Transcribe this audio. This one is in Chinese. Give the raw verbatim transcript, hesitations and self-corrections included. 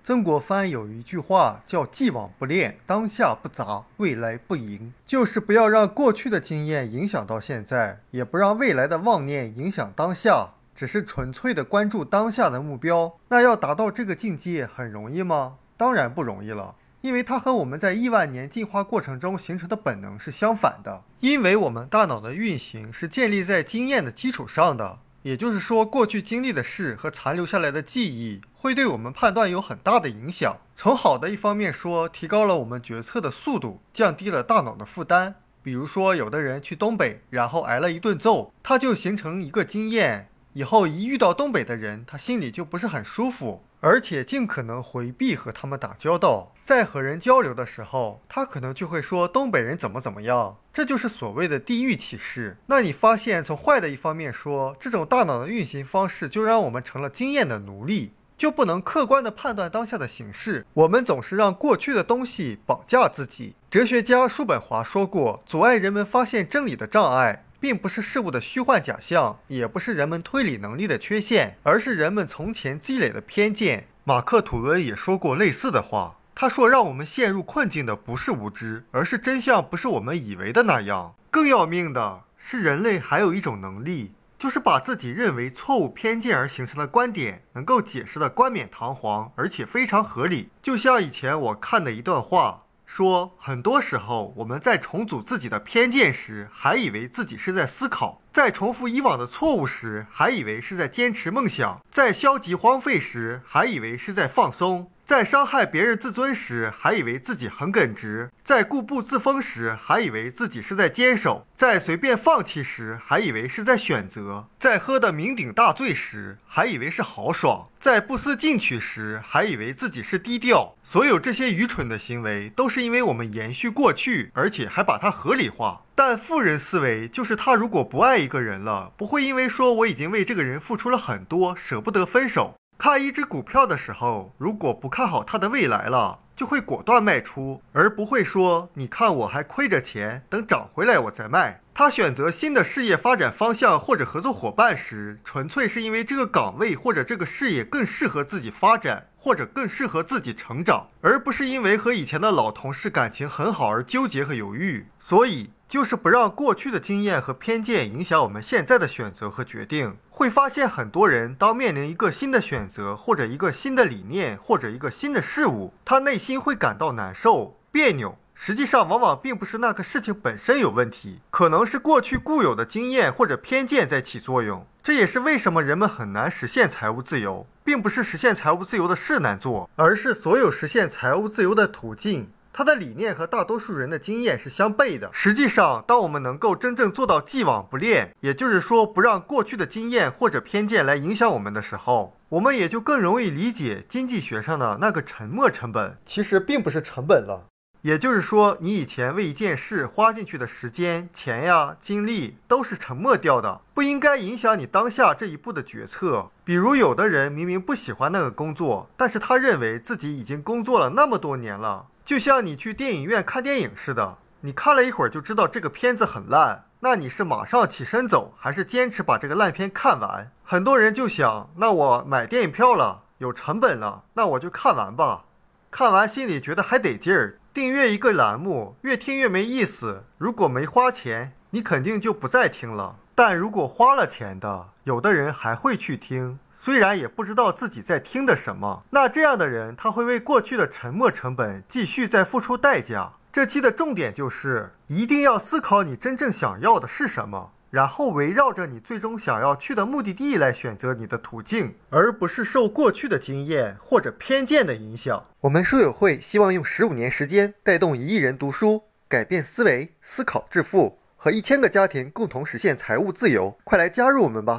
曾国藩有一句话叫“既往不恋，当下不杂，未来不迎”，就是不要让过去的经验影响到现在，也不让未来的妄念影响当下，只是纯粹的关注当下的目标。那要达到这个境界很容易吗？当然不容易了，因为它和我们在亿万年进化过程中形成的本能是相反的。因为我们大脑的运行是建立在经验的基础上的。也就是说，过去经历的事和残留下来的记忆会对我们判断有很大的影响。从好的一方面说，提高了我们决策的速度，降低了大脑的负担。比如说，有的人去东北，然后挨了一顿揍，他就形成一个经验，以后一遇到东北的人，他心里就不是很舒服，而且尽可能回避和他们打交道。在和人交流的时候，他可能就会说东北人怎么怎么样，这就是所谓的地域歧视。那你发现，从坏的一方面说，这种大脑的运行方式就让我们成了经验的奴隶，就不能客观地判断当下的形势。我们总是让过去的东西绑架自己。哲学家叔本华说过，阻碍人们发现真理的障碍并不是事物的虚幻假象，也不是人们推理能力的缺陷，而是人们从前积累的偏见。马克吐温也说过类似的话，他说让我们陷入困境的不是无知，而是真相不是我们以为的那样。更要命的是，人类还有一种能力，就是把自己认为错误偏见而形成的观点能够解释的冠冕堂皇，而且非常合理。就像以前我看的一段话说，很多时候我们在重组自己的偏见时，还以为自己是在思考；在重复以往的错误时，还以为是在坚持梦想；在消极荒废时，还以为是在放松；在伤害别人自尊时，还以为自己很耿直；在固步自封时，还以为自己是在坚守；在随便放弃时，还以为是在选择；在喝得酩酊大醉时，还以为是豪爽；在不思进取时，还以为自己是低调。所有这些愚蠢的行为，都是因为我们延续过去，而且还把它合理化。但富人思维就是他如果不爱一个人了，不会因为说我已经为这个人付出了很多，舍不得分手。看一只股票的时候，如果不看好它的未来了，就会果断卖出，而不会说你看我还亏着钱，等涨回来我再卖。他选择新的事业发展方向或者合作伙伴时，纯粹是因为这个岗位或者这个事业更适合自己发展，或者更适合自己成长，而不是因为和以前的老同事感情很好而纠结和犹豫。所以就是不让过去的经验和偏见影响我们现在的选择和决定。会发现很多人当面临一个新的选择，或者一个新的理念，或者一个新的事物，他内心会感到难受、别扭。实际上往往并不是那个事情本身有问题，可能是过去固有的经验或者偏见在起作用。这也是为什么人们很难实现财务自由，并不是实现财务自由的事难做，而是所有实现财务自由的途径，他的理念和大多数人的经验是相悖的。实际上，当我们能够真正做到既往不恋，也就是说不让过去的经验或者偏见来影响我们的时候，我们也就更容易理解经济学上的那个沉没成本，其实并不是成本了。也就是说，你以前为一件事花进去的时间、钱呀、精力都是沉没掉的，不应该影响你当下这一步的决策。比如有的人明明不喜欢那个工作，但是他认为自己已经工作了那么多年了，就像你去电影院看电影似的，你看了一会儿就知道这个片子很烂，那你是马上起身走，还是坚持把这个烂片看完？很多人就想，那我买电影票了，有成本了，那我就看完吧。看完心里觉得还得劲儿，订阅一个栏目，越听越没意思。如果没花钱，你肯定就不再听了。但如果花了钱的，有的人还会去听，虽然也不知道自己在听的什么。那这样的人，他会为过去的沉没成本继续再付出代价。这期的重点就是，一定要思考你真正想要的是什么，然后围绕着你最终想要去的目的地来选择你的途径，而不是受过去的经验或者偏见的影响。我们书友会希望用十五年时间带动一亿人读书，改变思维，思考致富，和一千个家庭共同实现财务自由。快来加入我们吧！